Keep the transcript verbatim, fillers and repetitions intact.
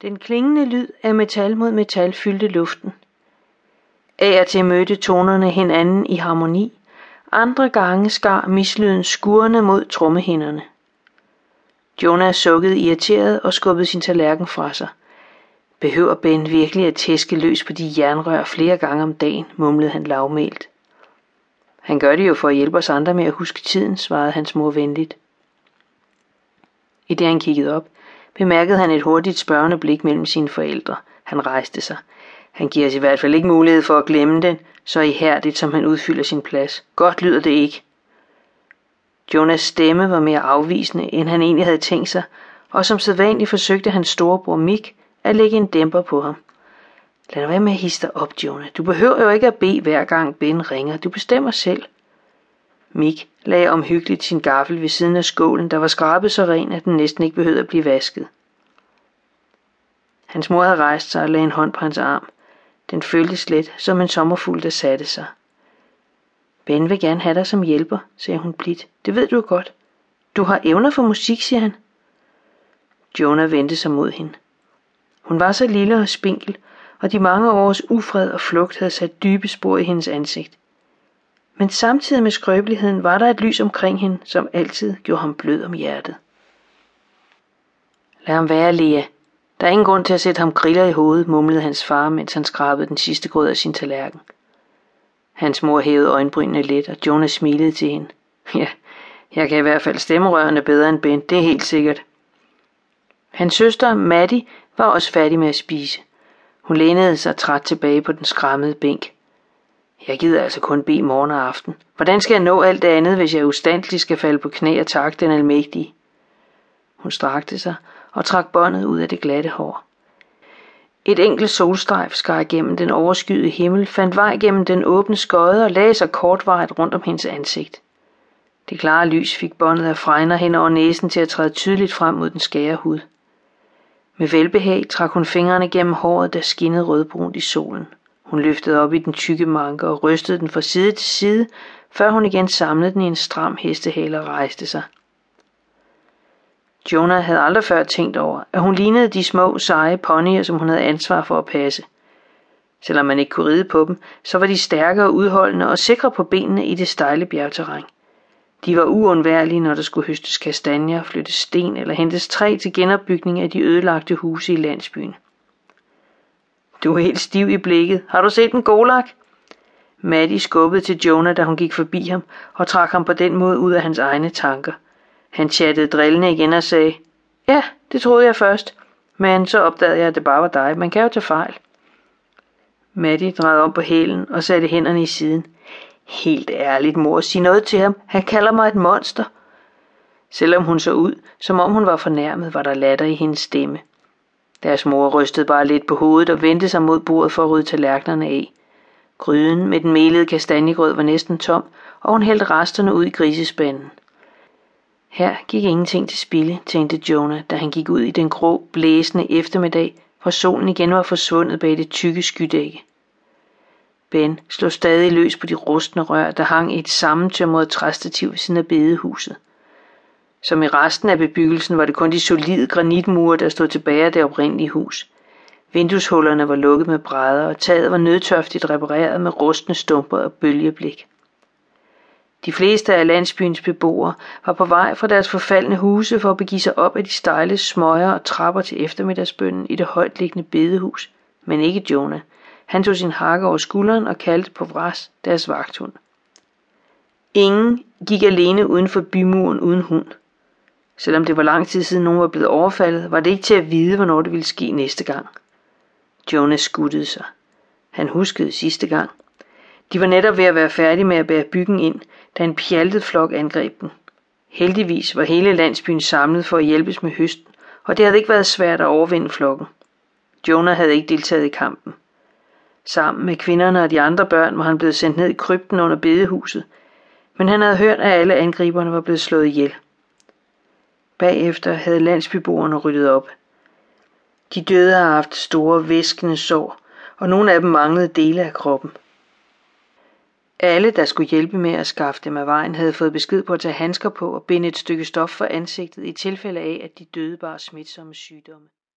Den klingende lyd af metal mod metal fyldte luften. Af og til mødte tonerne hinanden i harmoni, andre gange skar mislyden skurrende mod trommehinderne. Jonah sukkede irriteret og skubbede sin tallerken fra sig. Behøver Ben virkelig at tæske løs på de jernrør flere gange om dagen, mumlede han lavmælt. Han gør det jo for at hjælpe os andre med at huske tiden, svarede hans mor venligt. I det han kiggede op, bemærkede han et hurtigt spørgende blik mellem sine forældre. Han rejste sig. Han giver os i hvert fald ikke mulighed for at glemme den, så ihærdigt som han udfylder sin plads. Godt lyder det ikke. Jonahs stemme var mere afvisende, end han egentlig havde tænkt sig, og som sædvanligt forsøgte hans storebror Mick at lægge en dæmper på ham. Lad dig være med at hisse dig op, Jonah. Du behøver jo ikke at bede hver gang Ben ringer. Du bestemmer selv. Mick lagde omhyggeligt sin gaffel ved siden af skålen, der var skrabet så ren, at den næsten ikke behøvede at blive vasket. Hans mor havde rejst sig og lagde en hånd på hans arm. Den føltes let som en sommerfugl, der satte sig. Ben vil gerne have dig som hjælper, sagde hun blidt. Det ved du godt. Du har evner for musik, siger han. Jonah vendte sig mod hende. Hun var så lille og spinkel, og de mange års ufred og flugt havde sat dybe spor i hendes ansigt. Men samtidig med skrøbeligheden var der et lys omkring hende, som altid gjorde ham blød om hjertet. Lad ham være, Lea. Der er ingen grund til at sætte ham griller i hovedet, mumlede hans far, mens han skrabede den sidste grød af sin tallerken. Hans mor hævede øjenbrynene lidt, og Jonah smilede til hende. Ja, jeg kan i hvert fald stemmerørene bedre end Ben, det er helt sikkert. Hans søster, Maddie, var også færdig med at spise. Hun lænede sig træt tilbage på den skræmmede bænk. Jeg gider altså kun bede morgen og aften. Hvordan skal jeg nå alt det andet, hvis jeg ustandsligt skal falde på knæ og takke den almægtige? Hun strakte sig og trak båndet ud af det glatte hår. Et enkelt solstrejf skar igennem den overskyede himmel, fandt vej gennem den åbne skøje og lagde sig kortvarigt rundt om hendes ansigt. Det klare lys fik båndet af fregner hen over næsen til at træde tydeligt frem mod den skære hud. Med velbehag trak hun fingrene gennem håret, der skinnede rødbrunt i solen. Hun løftede op i den tykke manke og rystede den fra side til side, før hun igen samlede den i en stram hestehale og rejste sig. Jonah havde aldrig før tænkt over, at hun lignede de små, seje ponyer, som hun havde ansvar for at passe. Selvom man ikke kunne ride på dem, så var de stærke og udholdende og sikre på benene i det stejle bjergterræn. De var uundværlige, når der skulle høstes kastanjer, flyttes sten eller hentes træ til genopbygning af de ødelagte huse i landsbyen. Du er helt stiv i blikket. Har du set en golak? Maddie skubbede til Jonah, da hun gik forbi ham, og trak ham på den måde ud af hans egne tanker. Han chattede drillende igen og sagde, ja, det troede jeg først, men så opdagede jeg, at det bare var dig. Man kan jo tage fejl. Maddie drejede om på hælen og satte hænderne i siden. Helt ærligt, mor, sig noget til ham. Han kalder mig et monster. Selvom hun så ud, som om hun var fornærmet, var der latter i hendes stemme. Deres mor rystede bare lidt på hovedet og vendte sig mod bordet for at rydde tallerkenerne af. Gryden med den melede kastanjegrød var næsten tom, og hun hældte resterne ud i grisespanden. Her gik ingenting til spilde, tænkte Jonah, da han gik ud i den grå, blæsende eftermiddag, hvor solen igen var forsvundet bag det tykke skydække. Ben slog stadig løs på de rustne rør, der hang i et sammentømret træstativ ved siden af bedehuset. Som i resten af bebyggelsen var det kun de solide granitmure, der stod tilbage af det oprindelige hus. Vindueshullerne var lukket med brædder, og taget var nødtørftigt repareret med rustne stumper og bølgeblik. De fleste af landsbyens beboere var på vej fra deres forfaldne huse for at begive sig op ad de stejle smøger og trapper til eftermiddagsbønnen i det højtliggende bedehus, men ikke Jonah. Han tog sin hakke over skulderen og kaldte på Vras, deres vagthund. Ingen gik alene uden for bymuren uden hund. Selvom det var lang tid siden nogen var blevet overfaldet, var det ikke til at vide, hvornår det ville ske næste gang. Jonah skuttede sig. Han huskede sidste gang. De var netop ved at være færdige med at bære byggen ind, da en pjaltet flok angreb den. Heldigvis var hele landsbyen samlet for at hjælpes med høsten, og det havde ikke været svært at overvinde flokken. Jonah havde ikke deltaget i kampen. Sammen med kvinderne og de andre børn var han blevet sendt ned i krypten under bedehuset, men han havde hørt, at alle angriberne var blevet slået ihjel. Bagefter havde landsbyboerne ryddet op. De døde havde haft store væskende sår, og nogle af dem manglede dele af kroppen. Alle, der skulle hjælpe med at skaffe dem af vejen, havde fået besked på at tage handsker på og binde et stykke stof for ansigtet i tilfælde af, at de døde bar smitsomme sygdomme.